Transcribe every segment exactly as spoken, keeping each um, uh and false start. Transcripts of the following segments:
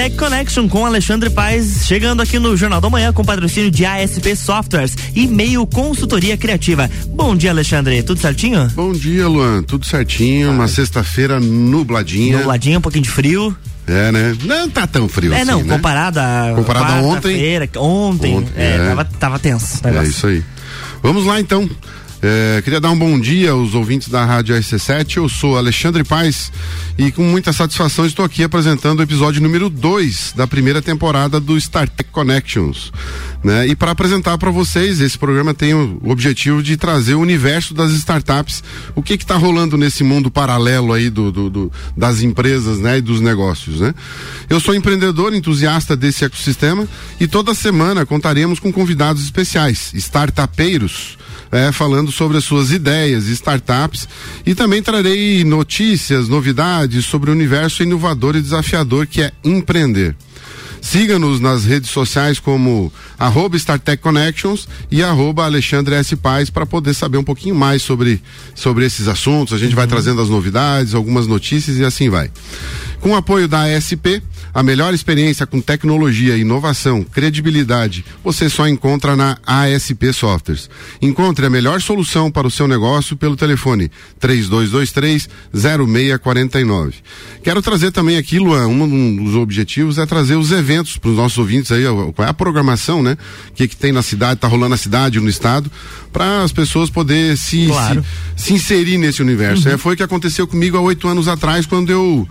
Tech Connection com Alexandre Paes, chegando aqui no Jornal da Manhã com patrocínio de A S P Softwares e Meio Consultoria Criativa. Bom dia, Alexandre, tudo certinho? Bom dia, Luan, tudo certinho, ah. uma sexta-feira nubladinha. Nubladinha, um pouquinho de frio. É, né? Não tá tão frio é, assim, não, né? comparado a comparado a ontem. Ontem, ontem é, é. Tava, tava tenso. É isso aí. Vamos lá então. É, queria dar um bom dia aos ouvintes da Rádio R C sete. Eu sou Alexandre Paes e com muita satisfação estou aqui apresentando o episódio número dois da primeira temporada do StarTech Connections, né? E para apresentar para vocês, esse programa tem o objetivo de trazer o universo das startups, o que que tá rolando nesse mundo paralelo aí do, do, do das empresas, né? E dos negócios, né? Eu sou empreendedor, entusiasta desse ecossistema e toda semana contaremos com convidados especiais, startupeiros, É, falando sobre as suas ideias, startups, e também trarei notícias, novidades sobre o universo inovador e desafiador que é empreender. Siga-nos nas redes sociais como arroba StarTech Connections e arroba Alexandre S. Paes para poder saber um pouquinho mais sobre, sobre esses assuntos. A gente uhum. vai trazendo as novidades, algumas notícias e assim vai. Com o apoio da A S P, a melhor experiência com tecnologia, inovação, credibilidade, você só encontra na A S P Softwares. Encontre a melhor solução para o seu negócio pelo telefone três dois dois três, zero seis quatro nove. Quero trazer também aqui, Luan, um dos objetivos é trazer os eventos para os nossos ouvintes aí, qual é a programação, né? O que que tem na cidade, tá rolando na cidade, no estado, para as pessoas poderem se, claro. se, se inserir nesse universo. Uhum. É, foi o que aconteceu comigo há oito anos atrás, quando eu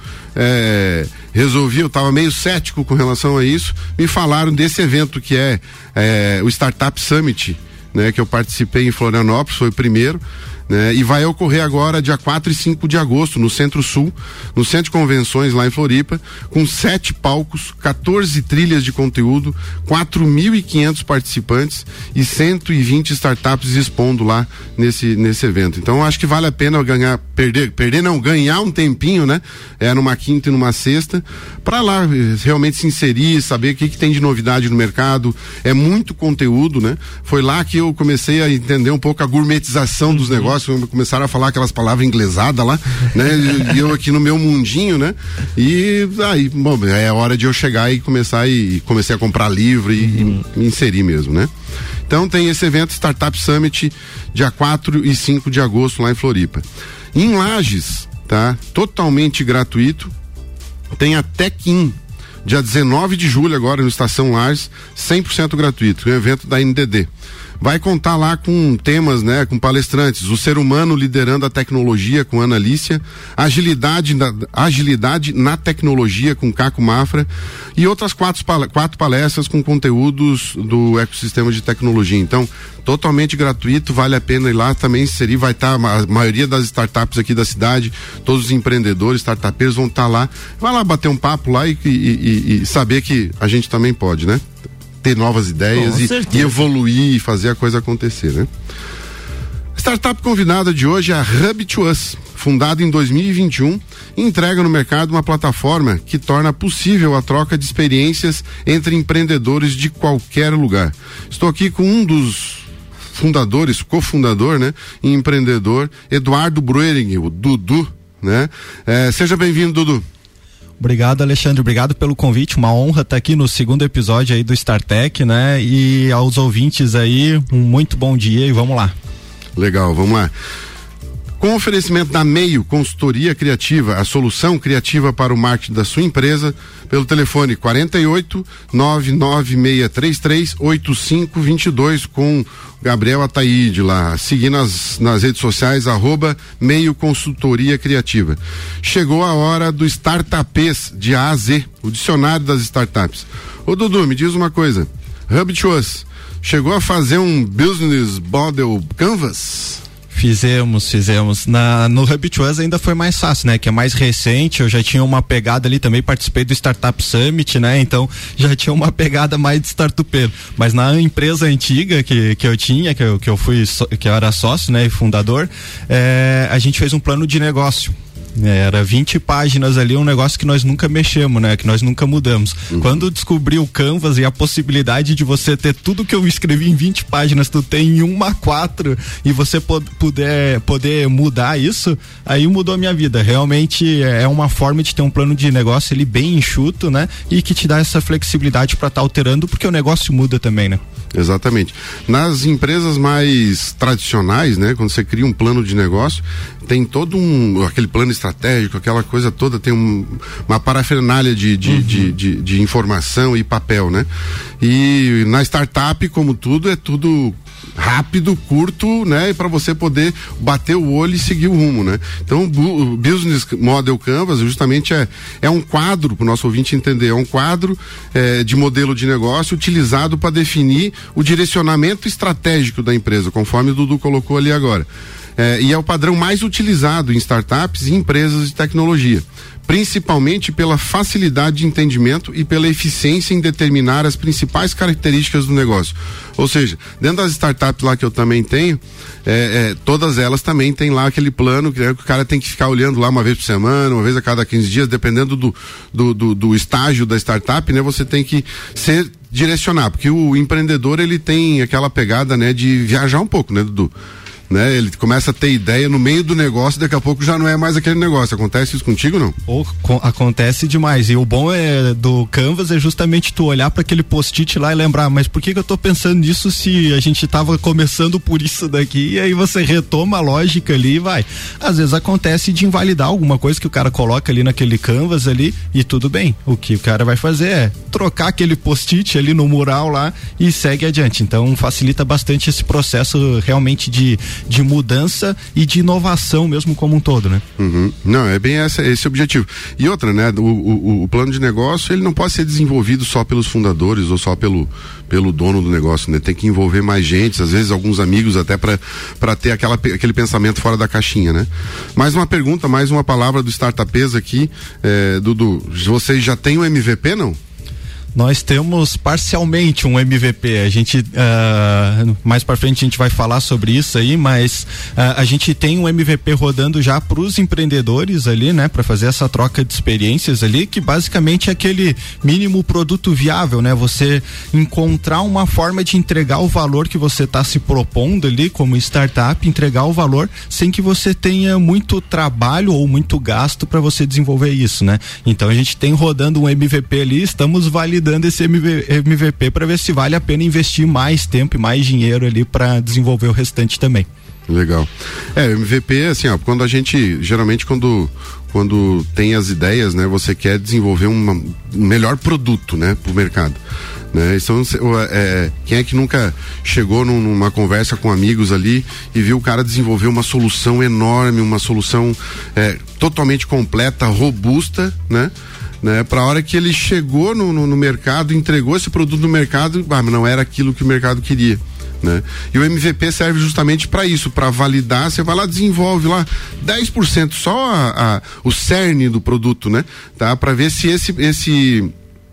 é, resolvi, eu estava meio cético com relação a isso, me falaram desse evento que é, é o Startup Summit, né? Que eu participei em Florianópolis, foi o primeiro, né? E vai ocorrer agora dia quatro e cinco de agosto no Centro-Sul, no Centro de Convenções lá em Floripa, com sete palcos, quatorze trilhas de conteúdo, quatro mil e quinhentos participantes e cento e vinte startups expondo lá nesse, nesse evento. Então acho que vale a pena ganhar, perder, perder não, ganhar um tempinho, né? É numa quinta e numa sexta, para lá realmente se inserir, saber o que que tem de novidade no mercado. É muito conteúdo, né? Foi lá que eu comecei a entender um pouco a gourmetização dos negócios, começaram a falar aquelas palavras inglesadas lá, né? E eu aqui no meu mundinho, né? E aí, bom, é hora de eu chegar e começar e, e comecei a comprar livro e, uhum. e me inserir mesmo, né? Então tem esse evento Startup Summit dia quatro e cinco de agosto lá em Floripa. Em Lages, tá? Totalmente gratuito. Tem a Tech-In, dia dezenove de julho agora no Estação Lages, cem por cento gratuito, um evento da N D D. Vai contar lá com temas, né, com palestrantes, o ser humano liderando a tecnologia com Ana Lícia, agilidade na, agilidade na tecnologia com Caco Mafra e outras quatro, quatro palestras com conteúdos do ecossistema de tecnologia. Então, totalmente gratuito, vale a pena ir lá também inserir, vai estar tá, a maioria das startups aqui da cidade, todos os empreendedores, startupeiros vão estar tá lá, vai lá bater um papo lá e, e, e, e saber que a gente também pode, né? Ter novas ideias e, e evoluir e fazer a coisa acontecer, né? Startup convidada de hoje é a Hub to Us, fundada em dois mil e vinte e um, e entrega no mercado uma plataforma que torna possível a troca de experiências entre empreendedores de qualquer lugar. Estou aqui com um dos fundadores, cofundador, né? E empreendedor, Eduardo Bruering, o Dudu, né? É, seja bem-vindo, Dudu. Obrigado, Alexandre, obrigado pelo convite, uma honra estar aqui no segundo episódio aí do StarTech, né? E aos ouvintes aí, um muito bom dia e vamos lá. Legal, vamos lá. Com oferecimento da Meio Consultoria Criativa, a solução criativa para o marketing da sua empresa, pelo telefone quarenta e oito, nove nove seis três três, oito cinco dois dois com Gabriel Ataíde lá, seguindo nas, nas redes sociais, arroba Meio Consultoria Criativa. Chegou a hora do Startupês de A a Z, o dicionário das startups. Ô Dudu, me diz uma coisa, Hub to Us, chegou a fazer um business model canvas? Fizemos, fizemos. Na, no Hub to Us ainda foi mais fácil, né? Que é mais recente, eu já tinha uma pegada ali também, participei do Startup Summit, né? Então já tinha uma pegada mais de startupeiro. Mas na empresa antiga que, que eu tinha, que eu, que eu fui, que eu era sócio, né? E fundador, é, a gente fez um plano de negócio. Era vinte páginas ali, um negócio que nós nunca mexemos, né? Que nós nunca mudamos. Uhum. Quando descobri o Canvas e a possibilidade de você ter tudo que eu escrevi em vinte páginas, tu tem em uma a quatro e você pod- puder, poder mudar isso, aí mudou a minha vida. Realmente é uma forma de ter um plano de negócio ali bem enxuto, né? E que te dá essa flexibilidade para estar tá alterando, porque o negócio muda também, né? Exatamente. Nas empresas mais tradicionais, né, quando você cria um plano de negócio, tem todo um, aquele plano estratégico, aquela coisa toda, tem um, uma parafernália de, de, uhum. de, de, de informação e papel, né? E na startup, como tudo, é tudo rápido, curto, né? E para você poder bater o olho e seguir o rumo, né? Então, o Business Model Canvas justamente é, é um quadro, para o nosso ouvinte entender, é um quadro é, de modelo de negócio utilizado para definir o direcionamento estratégico da empresa, conforme o Dudu colocou ali agora. É, e é o padrão mais utilizado em startups e empresas de tecnologia, principalmente pela facilidade de entendimento e pela eficiência em determinar as principais características do negócio. Ou seja, dentro das startups lá que eu também tenho, é, é, todas elas também tem lá aquele plano que, é, que o cara tem que ficar olhando lá uma vez por semana, uma vez a cada quinze dias, dependendo do, do, do, do estágio da startup, né? Você tem que ser direcionar, porque o empreendedor ele tem aquela pegada, né, de viajar um pouco, né, Dudu? Né? Ele começa a ter ideia no meio do negócio, daqui a pouco já não é mais aquele negócio. Acontece isso contigo, não? Ou, com, acontece demais. E o bom é do Canvas é justamente tu olhar para aquele post-it lá e lembrar, mas por que que eu tô pensando nisso se a gente tava começando por isso daqui? E aí você retoma a lógica ali e vai. Às vezes acontece de invalidar alguma coisa que o cara coloca ali naquele Canvas ali e tudo bem. O que o cara vai fazer é trocar aquele post-it ali no mural lá e segue adiante. Então facilita bastante esse processo realmente de de mudança e de inovação mesmo como um todo, né? Uhum. Não, é bem essa, esse objetivo. E outra, né? O, o, o plano de negócio, ele não pode ser desenvolvido só pelos fundadores ou só pelo, pelo dono do negócio, né? Tem que envolver mais gente, às vezes alguns amigos até para para ter aquela, aquele pensamento fora da caixinha, né? Mais uma pergunta, mais uma palavra do Startupês aqui, é, Dudu, vocês já têm o M V P, não? Nós temos parcialmente um M V P, a gente uh, mais para frente a gente vai falar sobre isso aí, mas uh, a gente tem um M V P rodando já para os empreendedores ali, né, para fazer essa troca de experiências ali, que basicamente é aquele mínimo produto viável, né, você encontrar uma forma de entregar o valor que você está se propondo ali como startup, entregar o valor sem que você tenha muito trabalho ou muito gasto para você desenvolver isso, né? Então a gente tem rodando um M V P ali, estamos validando dando esse M V P para ver se vale a pena investir mais tempo e mais dinheiro ali para desenvolver o restante também. Legal. É, o M V P, assim, ó, quando a gente, geralmente quando quando tem as ideias, né, você quer desenvolver uma, um melhor produto, né, pro mercado, né? Então, é, quem é que nunca chegou num, numa conversa com amigos ali e viu o cara desenvolver uma solução enorme, uma solução é, totalmente completa, robusta, né? Né, para a hora que ele chegou no, no, no mercado, entregou esse produto no mercado, ah, mas não era aquilo que o mercado queria, né? E o M V P serve justamente para isso, para validar. Você vai lá, desenvolve lá dez por cento, só a, a, o cerne do produto, né? Tá? Para ver se esse esse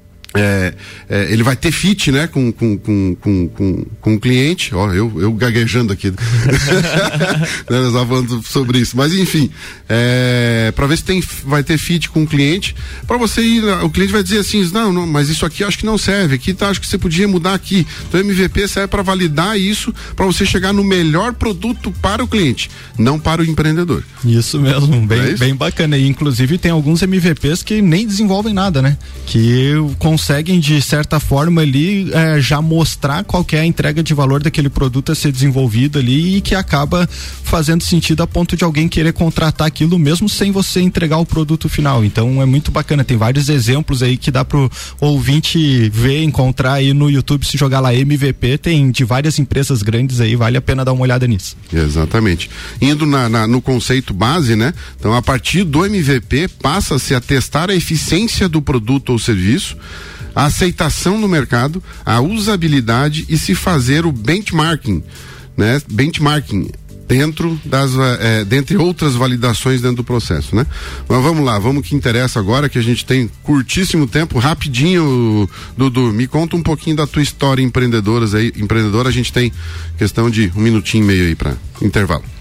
É, é, ele vai ter fit, né, com, com, com, com, com, com o cliente. Ó, eu, eu gaguejando aqui. Nós estávamos falando sobre isso, mas enfim, é, para ver se tem, vai ter fit com o cliente, para você ir, o cliente vai dizer assim, não, não, mas isso aqui acho que não serve, aqui tá, acho que você podia mudar aqui. Então o M V P serve para validar isso, para você chegar no melhor produto para o cliente, não para o empreendedor. Isso mesmo, bem, é isso? Bem bacana. E inclusive tem alguns M V Ps que nem desenvolvem nada, né? Que com conseguem de certa forma ali é, já mostrar qual que é a entrega de valor daquele produto a ser desenvolvido ali e que acaba fazendo sentido a ponto de alguém querer contratar aquilo mesmo sem você entregar o produto final. Então é muito bacana, tem vários exemplos aí que dá pro ouvinte ver, encontrar aí no YouTube, se jogar lá M V P, tem de várias empresas grandes aí, vale a pena dar uma olhada nisso. Exatamente. Indo na, na, no conceito base, né? Então a partir do M V P passa-se a testar a eficiência do produto ou serviço, a aceitação no mercado, a usabilidade e se fazer o benchmarking, né? Benchmarking dentro das, é, dentre outras validações dentro do processo, né? Mas vamos lá, vamos que interessa agora, que a gente tem curtíssimo tempo, rapidinho, Dudu, me conta um pouquinho da tua história empreendedoras aí, empreendedora, a gente tem questão de um minutinho e meio aí para intervalo.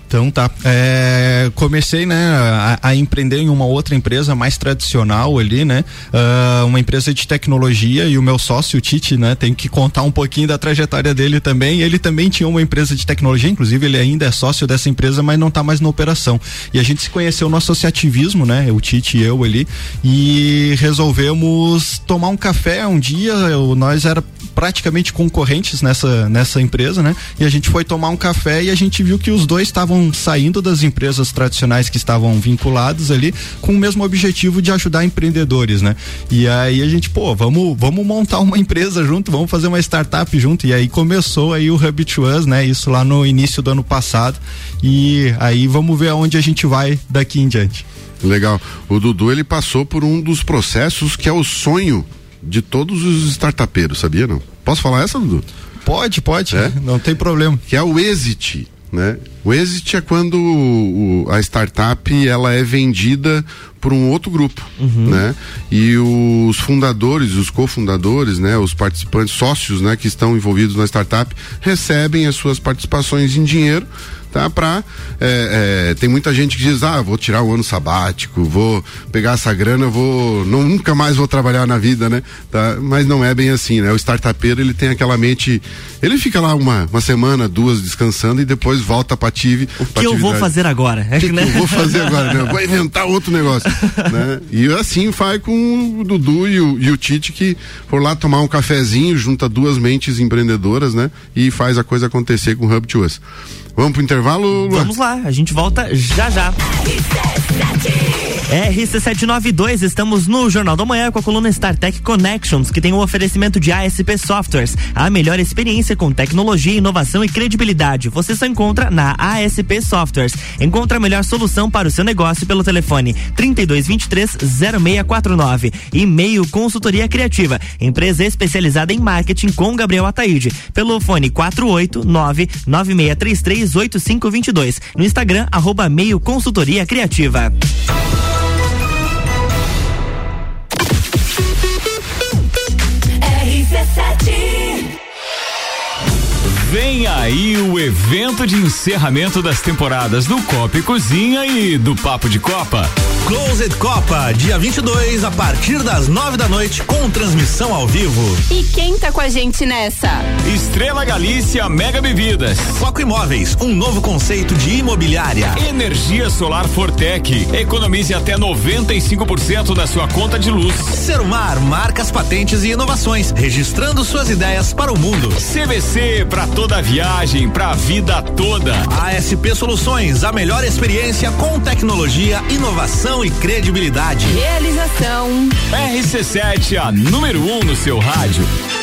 Então tá, é, comecei, né, a, a empreender em uma outra empresa mais tradicional ali, né, uh, uma empresa de tecnologia, e o meu sócio, o Tite, né, tem que contar um pouquinho da trajetória dele também. Ele também tinha uma empresa de tecnologia, inclusive ele ainda é sócio dessa empresa, mas não tá mais na operação. E a gente se conheceu no associativismo, né, o Tite e eu ali, e resolvemos tomar um café um dia. Eu, nós era praticamente concorrentes nessa, nessa empresa, né, e a gente foi tomar um café e a gente viu que os dois estavam saindo das empresas tradicionais que estavam vinculados ali, com o mesmo objetivo de ajudar empreendedores, né? E aí a gente, pô, vamos, vamos montar uma empresa junto, vamos fazer uma startup junto. E aí começou aí o Hub to Us, né? Isso lá no início do ano passado. E aí vamos ver aonde a gente vai daqui em diante. Legal. O Dudu, ele passou por um dos processos que é o sonho de todos os startupeiros, sabia, não? Posso falar essa, Dudu? Pode, pode, é? Não tem problema. Que é o exit, né? O exit é quando o, o, a startup ela é vendida por um outro grupo, uhum. né? E os fundadores, os cofundadores, né? Os participantes, sócios, né? Que estão envolvidos na startup recebem as suas participações em dinheiro, tá? Pra, é, é, tem muita gente que diz, ah, vou tirar o ano sabático, vou pegar essa grana, vou, não, nunca mais vou trabalhar na vida, né? Tá? Mas não é bem assim, né? O startupeiro, ele tem aquela mente, ele fica lá uma, uma semana, duas descansando e depois volta pra atividade. O que eu vou fazer agora? O que, né? que eu vou fazer agora? Né? Vou inventar outro negócio, né? E assim faz com o Dudu e o, e o Tite, que for lá tomar um cafezinho, junta duas mentes empreendedoras, né? E faz a coisa acontecer com o Hub to Us. Vamos pro intervalo, Luan? Vamos lá, a gente volta já já. R C setecentos e noventa e dois, estamos no Jornal da Manhã com a coluna StarTech Connections, que tem um oferecimento de A S P Softwares, a melhor experiência com tecnologia, inovação e credibilidade. Você só encontra na A S P Softwares. Encontra a melhor solução para o seu negócio pelo telefone trinta e dois, vinte e três, zero seis quatro nove. E-mail Consultoria Criativa, empresa especializada em marketing, com Gabriel Ataíde, pelo fone quatro oito nove, nove seis três três, oito cinco dois dois. No Instagram, arroba meio Consultoria Criativa. Vem aí o evento de encerramento das temporadas do Copa e Cozinha e do Papo de Copa. Closet Copa, dia vinte e dois, a partir das nove da noite, com transmissão ao vivo. E quem tá com a gente nessa? Estrela Galícia Mega Bebidas. Foco Imóveis, um novo conceito de imobiliária. Energia Solar Fortec, economize até noventa e cinco por cento da sua conta de luz. Serumar, marcas, patentes e inovações, registrando suas ideias para o mundo. C V C, para toda a viagem, pra vida toda. A S P Soluções, a melhor experiência com tecnologia, inovação e credibilidade. Realização R C sete, a número um no seu rádio.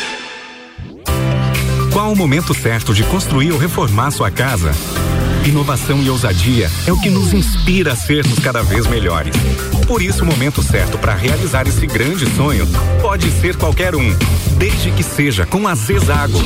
Qual o momento certo de construir ou reformar sua casa? Inovação e ousadia é o que nos inspira a sermos cada vez melhores. Por isso, o momento certo para realizar esse grande sonho pode ser qualquer um, desde que seja com a Zezago.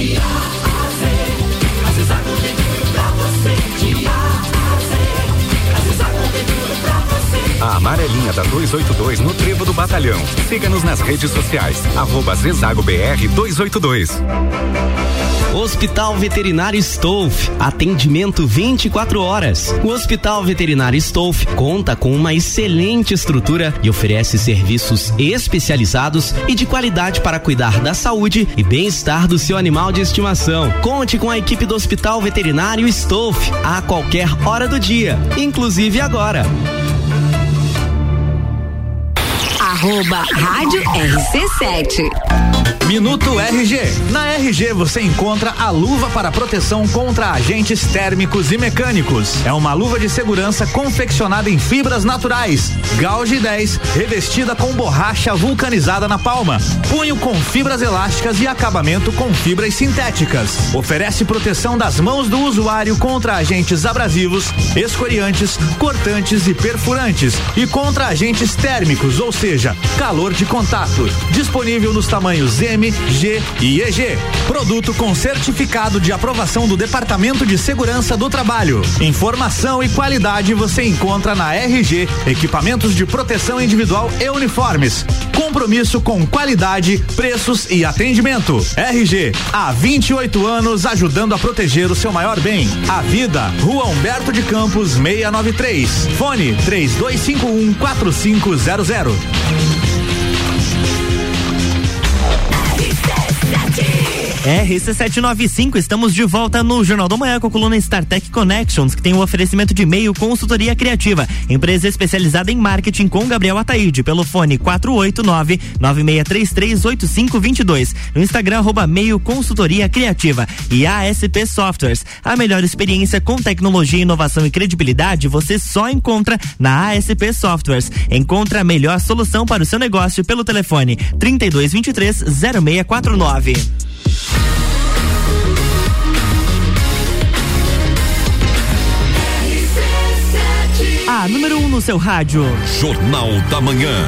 A amarelinha da duzentos e oitenta e dois no Trevo do Batalhão. Siga-nos nas redes sociais, arroba Zezago B R duzentos e oitenta e dois. Hospital Veterinário Stolf, atendimento vinte e quatro horas. O Hospital Veterinário Stolf conta com uma excelente estrutura e oferece serviços especializados e de qualidade para cuidar da saúde e bem-estar do seu animal de estimação. Conte com a equipe do Hospital Veterinário Stolf a qualquer hora do dia, inclusive agora. Arroba Rádio R C sete. Minuto R G. Na R G você encontra a luva para proteção contra agentes térmicos e mecânicos. É uma luva de segurança confeccionada em fibras naturais. Gauge dez, revestida com borracha vulcanizada na palma. Punho com fibras elásticas e acabamento com fibras sintéticas. Oferece proteção das mãos do usuário contra agentes abrasivos, escoriantes, cortantes e perfurantes. E contra agentes térmicos, ou seja, calor de contato. Disponível nos tamanhos M M, G e E G. Produto com certificado de aprovação do Departamento de Segurança do Trabalho. Informação e qualidade você encontra na R G, equipamentos de proteção individual e uniformes. Compromisso com qualidade, preços e atendimento. R G, há vinte e oito anos ajudando a proteger o seu maior bem, a vida. Rua Humberto de Campos, seiscentos e noventa e três. Fone três dois cinco um, quatro cinco zero zero. R C setecentos e noventa e cinco, estamos de volta no Jornal da Manhã com a coluna StarTech Connections, que tem um oferecimento de e-mail consultoria criativa, empresa especializada em marketing com Gabriel Ataíde, pelo fone quatro oito nove, nove seis três três, oito cinco dois dois, no Instagram arroba meio consultoria criativa. E A S P Softwares, a melhor experiência com tecnologia, inovação e credibilidade você só encontra na A S P Softwares. Encontra a melhor solução para o seu negócio pelo telefone trinta e dois, vinte e três, zero seis quatro nove. A número um no seu rádio. Jornal da Manhã.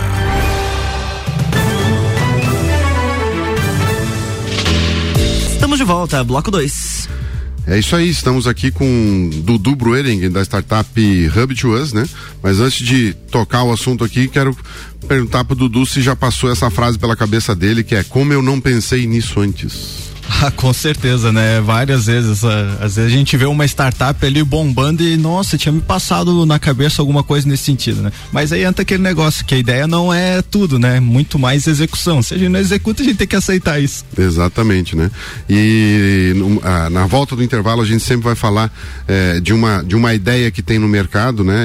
Estamos de volta, bloco dois. É isso aí, estamos aqui com Dudu Bruering, da startup Hub to Us, né? Mas antes de tocar o assunto aqui, quero perguntar pro Dudu se já passou essa frase pela cabeça dele, que é: como eu não pensei nisso antes. Ah, com certeza, né? Várias vezes. Às vezes a gente vê uma startup ali bombando e, nossa, tinha me passado na cabeça alguma coisa nesse sentido, né? Mas aí entra aquele negócio que a ideia não é tudo, né? Muito mais execução. Se a gente não executa, a gente tem que aceitar isso. Exatamente, né? E no, ah, na volta do intervalo a gente sempre vai falar eh, de, uma, de uma ideia que tem no mercado, né?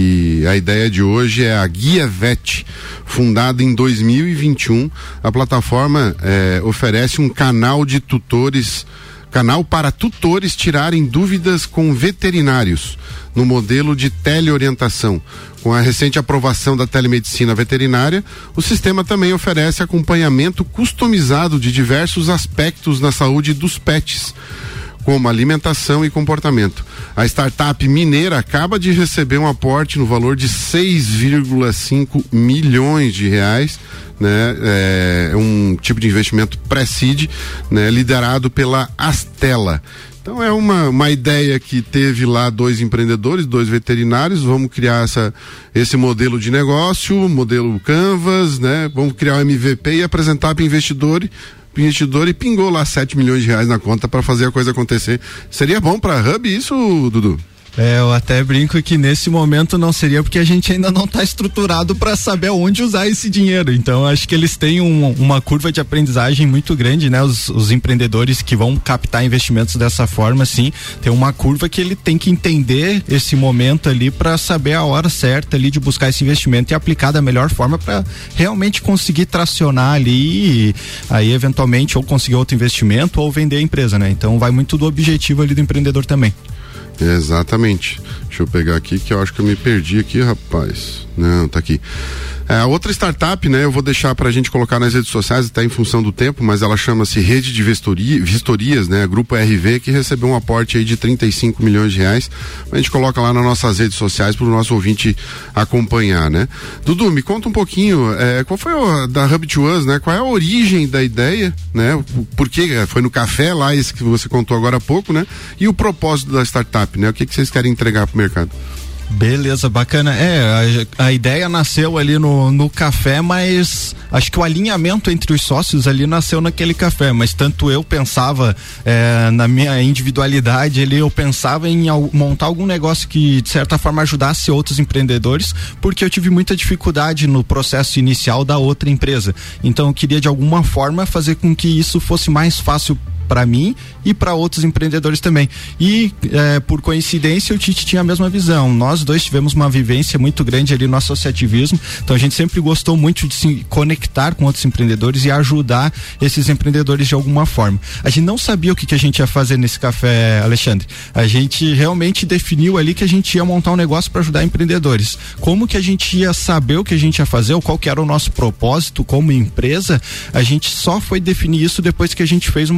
E a ideia de hoje é a Guia Vet, fundada em dois mil e vinte e um. A plataforma eh, oferece um canal de tutores, canal para tutores tirarem dúvidas com veterinários no modelo de teleorientação. Com a recente aprovação da telemedicina veterinária, o sistema também oferece acompanhamento customizado de diversos aspectos na saúde dos pets, como alimentação e comportamento. A startup mineira acaba de receber um aporte no valor de seis vírgula cinco milhões de reais, né? É um tipo de investimento pré-seed, né? Liderado pela Astela. Então é uma, uma ideia que teve lá dois empreendedores, dois veterinários. Vamos criar essa, esse modelo de negócio, modelo Canvas, né? Vamos criar o M V P e apresentar para o investidor investidor e pingou lá sete milhões de reais na conta para fazer a coisa acontecer. Seria bom para a Hub isso, Dudu? É, eu até brinco que nesse momento não seria, porque a gente ainda não está estruturado para saber onde usar esse dinheiro. Então acho que eles têm um, uma curva de aprendizagem muito grande, né? Os, os empreendedores que vão captar investimentos dessa forma, sim, tem uma curva que ele tem que entender esse momento ali para saber a hora certa ali de buscar esse investimento e aplicar da melhor forma para realmente conseguir tracionar ali e aí eventualmente ou conseguir outro investimento ou vender a empresa, né? Então vai muito do objetivo ali do empreendedor também. Exatamente. Deixa eu pegar aqui que eu acho que eu me perdi aqui, rapaz. Não, tá aqui. É, a outra startup, né, eu vou deixar pra gente colocar nas redes sociais, até em função do tempo, mas ela chama-se Rede de Vistoria, Vistorias, né, Grupo R V, que recebeu um aporte aí de trinta e cinco milhões de reais. A gente coloca lá nas nossas redes sociais pro nosso ouvinte acompanhar, né. Dudu, me conta um pouquinho, é, qual foi a da Hub to Us, né, qual é a origem da ideia, né, por que foi no café lá, esse que você contou agora há pouco, né, e o propósito da startup, né, o que que vocês querem entregar pro mercado? Beleza, bacana. É, a, a ideia nasceu ali no, no café, mas acho que o alinhamento entre os sócios ali nasceu naquele café, mas tanto eu pensava é, na minha individualidade ali, eu pensava em al, montar algum negócio que de certa forma ajudasse outros empreendedores, porque eu tive muita dificuldade no processo inicial da outra empresa, então eu queria de alguma forma fazer com que isso fosse mais fácil para mim e para outros empreendedores também. E é, por coincidência o Tite tinha a mesma visão. Nós dois tivemos uma vivência muito grande ali no associativismo, então a gente sempre gostou muito de se conectar com outros empreendedores e ajudar esses empreendedores de alguma forma. A gente não sabia o que, que a gente ia fazer nesse café, Alexandre. A gente realmente definiu ali que a gente ia montar um negócio para ajudar empreendedores. Como que a gente ia saber o que a gente ia fazer, ou qual que era o nosso propósito como empresa, a gente só foi definir isso depois que a gente fez uma pesquisa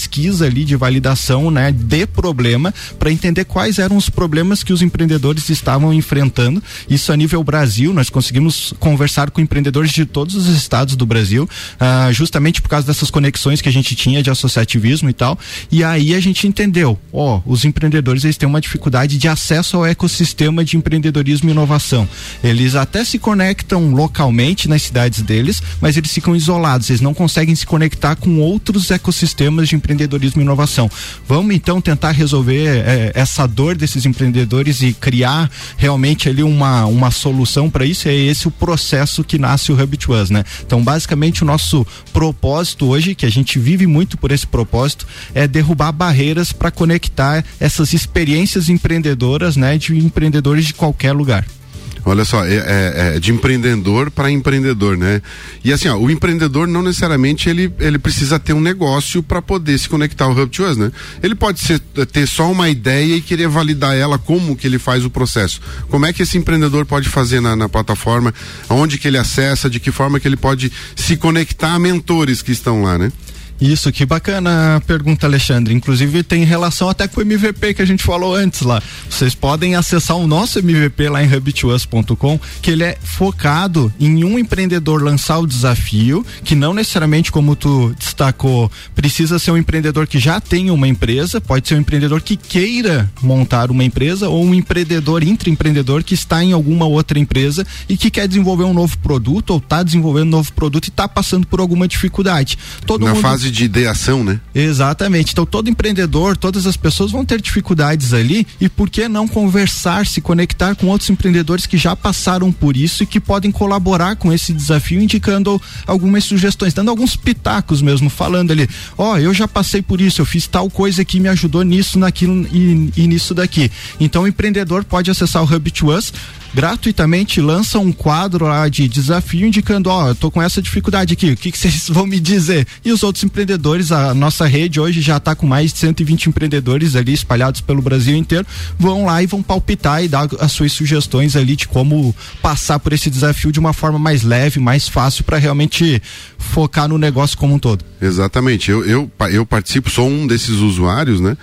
pesquisa ali de validação, né, de problema, para entender quais eram os problemas que os empreendedores estavam enfrentando. Isso a nível Brasil, nós conseguimos conversar com empreendedores de todos os estados do Brasil, ah, justamente por causa dessas conexões que a gente tinha de associativismo e tal. E aí a gente entendeu, ó, os empreendedores eles têm uma dificuldade de acesso ao ecossistema de empreendedorismo e inovação. Eles até se conectam localmente nas cidades deles, mas eles ficam isolados, eles não conseguem se conectar com outros ecossistemas de empreendedorismo e inovação. Vamos então tentar resolver eh, essa dor desses empreendedores e criar realmente ali uma, uma solução para isso. É esse o processo que nasce o Hub to Us, né? Então, basicamente, o nosso propósito hoje, que a gente vive muito por esse propósito, é derrubar barreiras para conectar essas experiências empreendedoras, né, de empreendedores de qualquer lugar. Olha só, é, é, é de empreendedor para empreendedor, né? E assim, ó, o empreendedor não necessariamente ele, ele precisa ter um negócio para poder se conectar ao Hub to Us, né? Ele pode ser, ter só uma ideia e querer validar ela, como que ele faz o processo. Como é que esse empreendedor pode fazer na, na plataforma, onde que ele acessa, de que forma que ele pode se conectar a mentores que estão lá, né? Isso, que bacana a pergunta, Alexandre. Inclusive tem relação até com o M V P que a gente falou antes lá. Vocês podem acessar o nosso M V P lá em hub to us ponto com, que ele é focado em um empreendedor lançar o desafio, que não necessariamente, como tu destacou, precisa ser um empreendedor que já tem uma empresa, pode ser um empreendedor que queira montar uma empresa ou um empreendedor, intraempreendedor que está em alguma outra empresa e que quer desenvolver um novo produto ou está desenvolvendo um novo produto e está passando por alguma dificuldade. Todo Na mundo... fase de ideação, né? Exatamente. Então todo empreendedor, todas as pessoas vão ter dificuldades ali, e por que não conversar, se conectar com outros empreendedores que já passaram por isso e que podem colaborar com esse desafio, indicando algumas sugestões, dando alguns pitacos mesmo, falando ali, ó, oh, eu já passei por isso, eu fiz tal coisa que me ajudou nisso, naquilo e, e nisso daqui. Então o empreendedor pode acessar o Hub to Us gratuitamente, lança um quadro lá de desafio indicando, ó, oh, eu tô com essa dificuldade aqui, o que que vocês vão me dizer? E os outros empreendedores, a nossa rede hoje já tá com mais de cento e vinte empreendedores ali espalhados pelo Brasil inteiro, vão lá e vão palpitar e dar as suas sugestões ali de como passar por esse desafio de uma forma mais leve, mais fácil, para realmente focar no negócio como um todo. Exatamente, eu, eu, eu participo, sou um desses usuários, né?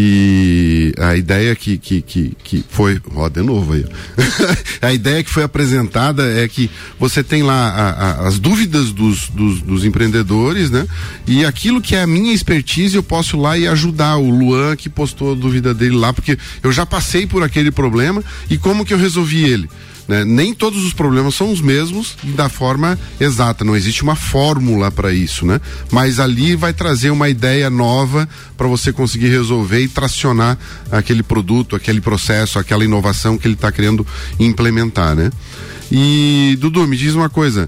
E a ideia que, que, que, que foi, ó, de novo aí, a ideia que foi apresentada é que você tem lá a, a, as dúvidas dos, dos, dos empreendedores, né? E aquilo que é a minha expertise, eu posso ir lá e ajudar o Luan, que postou a dúvida dele lá, porque eu já passei por aquele problema e como que eu resolvi ele. Né? Nem todos os problemas são os mesmos e da forma exata, não existe uma fórmula para isso, né? Mas ali vai trazer uma ideia nova para você conseguir resolver e tracionar aquele produto, aquele processo, aquela inovação que ele está querendo implementar, né? E Dudu, me diz uma coisa,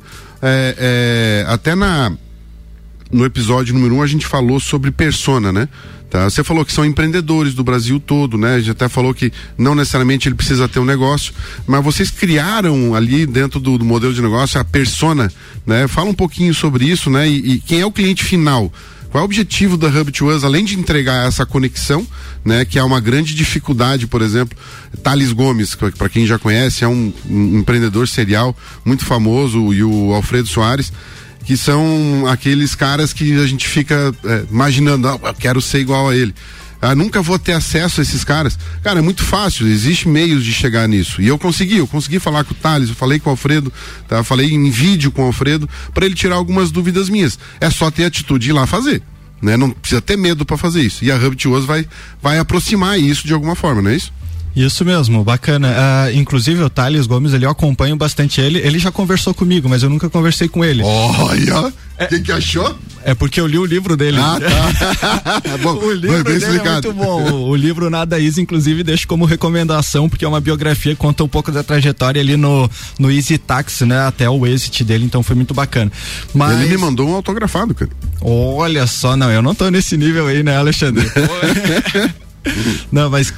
é, é, até na no episódio número um a gente falou sobre persona, né? Tá? Você falou que são empreendedores do Brasil todo, né? A gente até falou que não necessariamente ele precisa ter um negócio, mas vocês criaram ali dentro do, do modelo de negócio a persona, né? Fala um pouquinho sobre isso, né? E, e quem é o cliente final? Qual é o objetivo da Hub to Us, além de entregar essa conexão, né? Que é uma grande dificuldade, por exemplo, Thales Gomes, para quem já conhece, é um, um empreendedor serial muito famoso, e o Alfredo Soares, que são aqueles caras que a gente fica é, imaginando, ah, eu quero ser igual a ele. Ah, nunca vou ter acesso a esses caras. Cara, é muito fácil, existe meios de chegar nisso. E eu consegui, eu consegui falar com o Thales, eu falei com o Alfredo, tá? Falei em vídeo com o Alfredo, para ele tirar algumas dúvidas minhas. É só ter atitude de ir lá fazer, né? Não precisa ter medo para fazer isso. E a Hub to Us vai, vai aproximar isso de alguma forma, não é isso? Isso mesmo, bacana. Uh, inclusive o Thales Gomes, ele, eu acompanho bastante ele. Ele já conversou comigo, mas eu nunca conversei com ele. Olha! O é, que, que achou? É porque eu li o livro dele. Ah, tá. Bom, o livro dele explicado. É muito bom. O, o livro Nada Easy, inclusive, deixo como recomendação, porque é uma biografia que conta um pouco da trajetória ali no, no Easy Taxi, né? Até o exit dele, então foi muito bacana. Mas... Ele me mandou um autografado, cara. Olha só, não, eu não tô nesse nível aí, né, Alexandre? Não, mas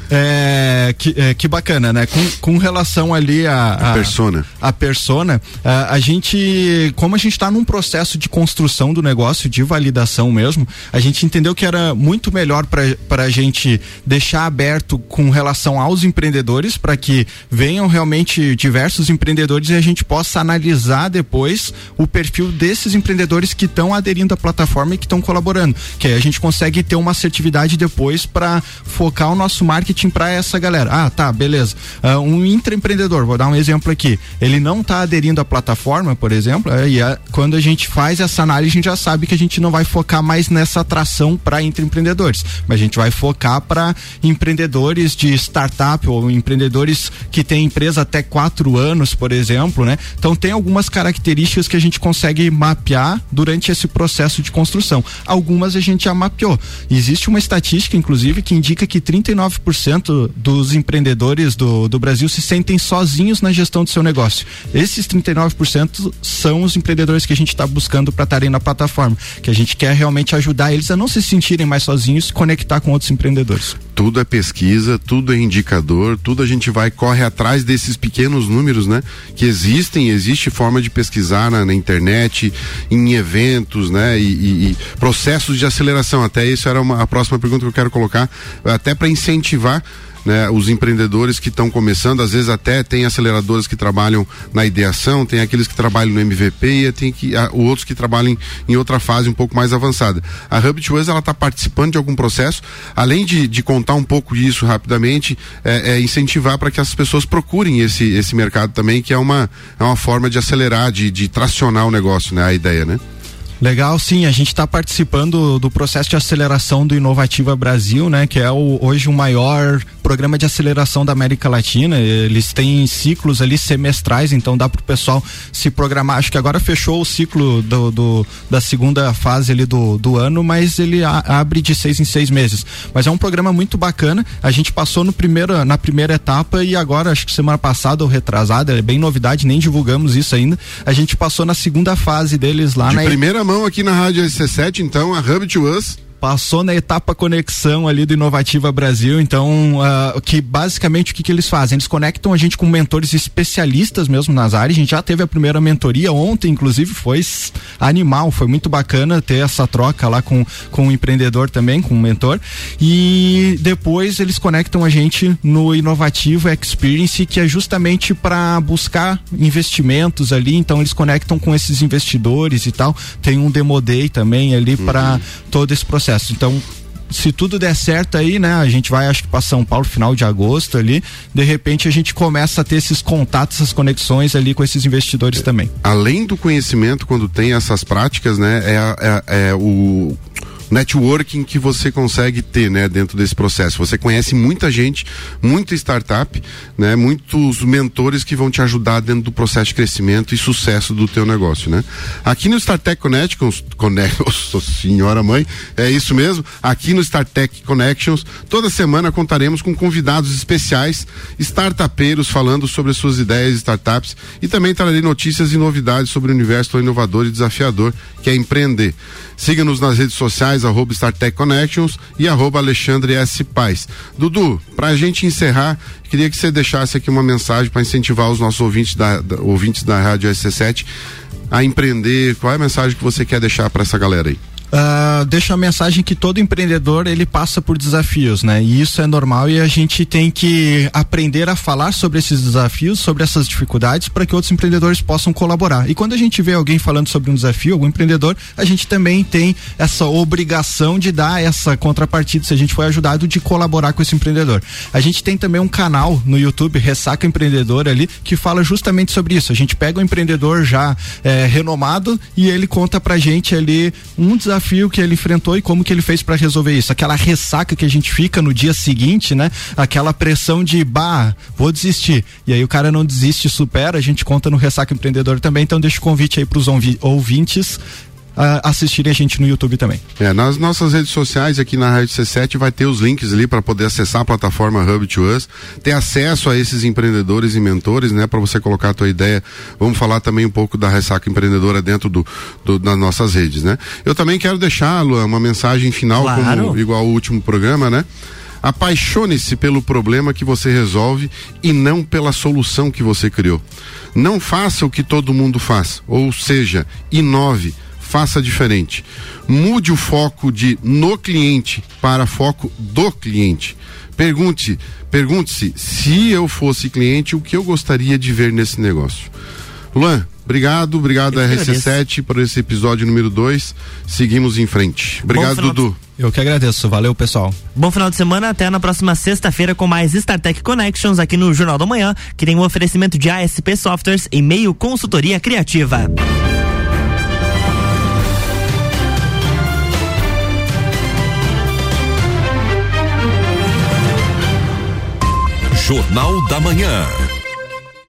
é, que, é, que bacana, né? Com, com relação ali a, a, a persona, a, persona a, a gente, como a gente está num processo de construção do negócio, de validação mesmo, a gente entendeu que era muito melhor para a gente deixar aberto com relação aos empreendedores, para que venham realmente diversos empreendedores e a gente possa analisar depois o perfil desses empreendedores que estão aderindo à plataforma e que estão colaborando, que aí a gente consegue ter uma assertividade depois para focar o nosso marketing para essa galera. Ah, tá, beleza. Uh, um intraempreendedor, vou dar um exemplo aqui, ele não está aderindo à plataforma, por exemplo, é, e a, quando a gente faz essa análise, a gente já sabe que a gente não vai focar mais nessa atração para intraempreendedores, mas a gente vai focar para empreendedores de startup ou empreendedores que têm empresa até quatro anos, por exemplo, né? Então tem algumas características que a gente consegue mapear durante esse processo de construção. Algumas a gente já mapeou. Existe uma estatística, inclusive, que indica que trinta e nove por cento dos empreendedores do, do Brasil se sentem sozinhos na gestão do seu negócio. Esses trinta e nove por cento são os empreendedores que a gente está buscando para estarem na plataforma, que a gente quer realmente ajudar eles a não se sentirem mais sozinhos e se conectar com outros empreendedores. Tudo é pesquisa, tudo é indicador, tudo a gente vai, corre atrás desses pequenos números, né? Que existem, existe forma de pesquisar na, na internet, em eventos, né? E, e, e processos de aceleração, até isso era uma, a próxima pergunta que eu quero colocar, até para incentivar, né, os empreendedores que estão começando. Às vezes até tem aceleradoras que trabalham na ideação, tem aqueles que trabalham no M V P e tem que, a, outros que trabalham em, em outra fase um pouco mais avançada. A Hub to Us, ela está participando de algum processo, além de, de contar um pouco disso rapidamente, é, é incentivar para que as pessoas procurem esse, esse mercado também, que é uma, é uma forma de acelerar, de, de tracionar o negócio, né? A ideia, né? Legal, sim, a gente está participando do processo de aceleração do Inovativa Brasil, né? Que é o, hoje o maior programa de aceleração da América Latina. Eles têm ciclos ali semestrais, então dá para o pessoal se programar. Acho que agora fechou o ciclo do, do, da segunda fase ali do, do ano, mas ele a, abre de seis em seis meses. Mas é um programa muito bacana. A gente passou no primeiro, na primeira etapa e agora, acho que semana passada ou retrasada, é bem novidade, nem divulgamos isso ainda. A gente passou na segunda fase deles lá de na primeira mão aqui na Rádio R C sete, então, a Hub to Us passou na etapa conexão ali do Inovativa Brasil, então, uh, que basicamente o que que eles fazem? Eles conectam a gente com mentores especialistas mesmo nas áreas. A gente já teve a primeira mentoria ontem, inclusive, foi animal, foi muito bacana ter essa troca lá com, com o empreendedor também, com o mentor, e depois eles conectam a gente no Inovativa Experience, que é justamente para buscar investimentos ali, então eles conectam com esses investidores e tal, tem um Demo Day também ali uhum. para todo esse processo. Então, se tudo der certo aí, né, a gente vai, acho que para São Paulo, final de agosto ali, de repente a gente começa a ter esses contatos, essas conexões ali com esses investidores é, também. Além do conhecimento, quando tem essas práticas, né, é, é, é o networking que você consegue ter, né, dentro desse processo. Você conhece muita gente, muita startup, né, muitos mentores que vão te ajudar dentro do processo de crescimento e sucesso do teu negócio, né? Aqui no StarTech Connections, Nossa senhora mãe, é isso mesmo, aqui no StarTech Connections, toda semana contaremos com convidados especiais, startupeiros falando sobre as suas ideias, startups, e também trarei notícias e novidades sobre o universo tão inovador e desafiador que é empreender. Siga-nos nas redes sociais, arroba StarTech Connections e arroba Alexandre S. Paz. Dudu, pra gente encerrar, queria que você deixasse aqui uma mensagem para incentivar os nossos ouvintes da, da, ouvintes da Rádio S C sete a empreender. Qual é a mensagem que você quer deixar para essa galera aí? Uh, deixa a mensagem que todo empreendedor ele passa por desafios, né? E isso é normal e a gente tem que aprender a falar sobre esses desafios, sobre essas dificuldades, para que outros empreendedores possam colaborar. E quando a gente vê alguém falando sobre um desafio, algum empreendedor, a gente também tem essa obrigação de dar essa contrapartida, se a gente foi ajudado, de colaborar com esse empreendedor. A gente tem também um canal no YouTube, Ressaca Empreendedor ali, que fala justamente sobre isso. A gente pega um empreendedor já é, renomado e ele conta pra gente ali um desafio desafio que ele enfrentou e como que ele fez para resolver isso. Aquela ressaca que a gente fica no dia seguinte, né? Aquela pressão de, bah, vou desistir. E aí o cara não desiste, supera. A gente conta no Ressaca Empreendedor também. Então deixa o convite aí pros ouvintes Uh, assistirem a gente no YouTube também. É, nas nossas redes sociais aqui na Rádio C sete vai ter os links ali para poder acessar a plataforma Hub to Us, ter acesso a esses empreendedores e mentores, né, para você colocar a tua ideia. Vamos falar também um pouco da Ressaca Empreendedora dentro do, do das nossas redes, né? Eu também quero deixar, Luan, uma mensagem final, claro, como igual ao último programa, né? Apaixone-se pelo problema que você resolve e não pela solução que você criou. Não faça o que todo mundo faz, ou seja, inove, faça diferente. Mude o foco de no cliente para foco do cliente. Pergunte, pergunte-se, se eu fosse cliente, o que eu gostaria de ver nesse negócio? Luan, obrigado, obrigado a R C sete por esse episódio número dois. Seguimos em frente. Obrigado, Dudu. Eu que agradeço, valeu pessoal. Bom final de semana, até na próxima sexta-feira com mais StarTech Connections aqui no Jornal da Manhã, que tem um oferecimento de A S P Softwares e Meio Consultoria Criativa. Jornal da Manhã.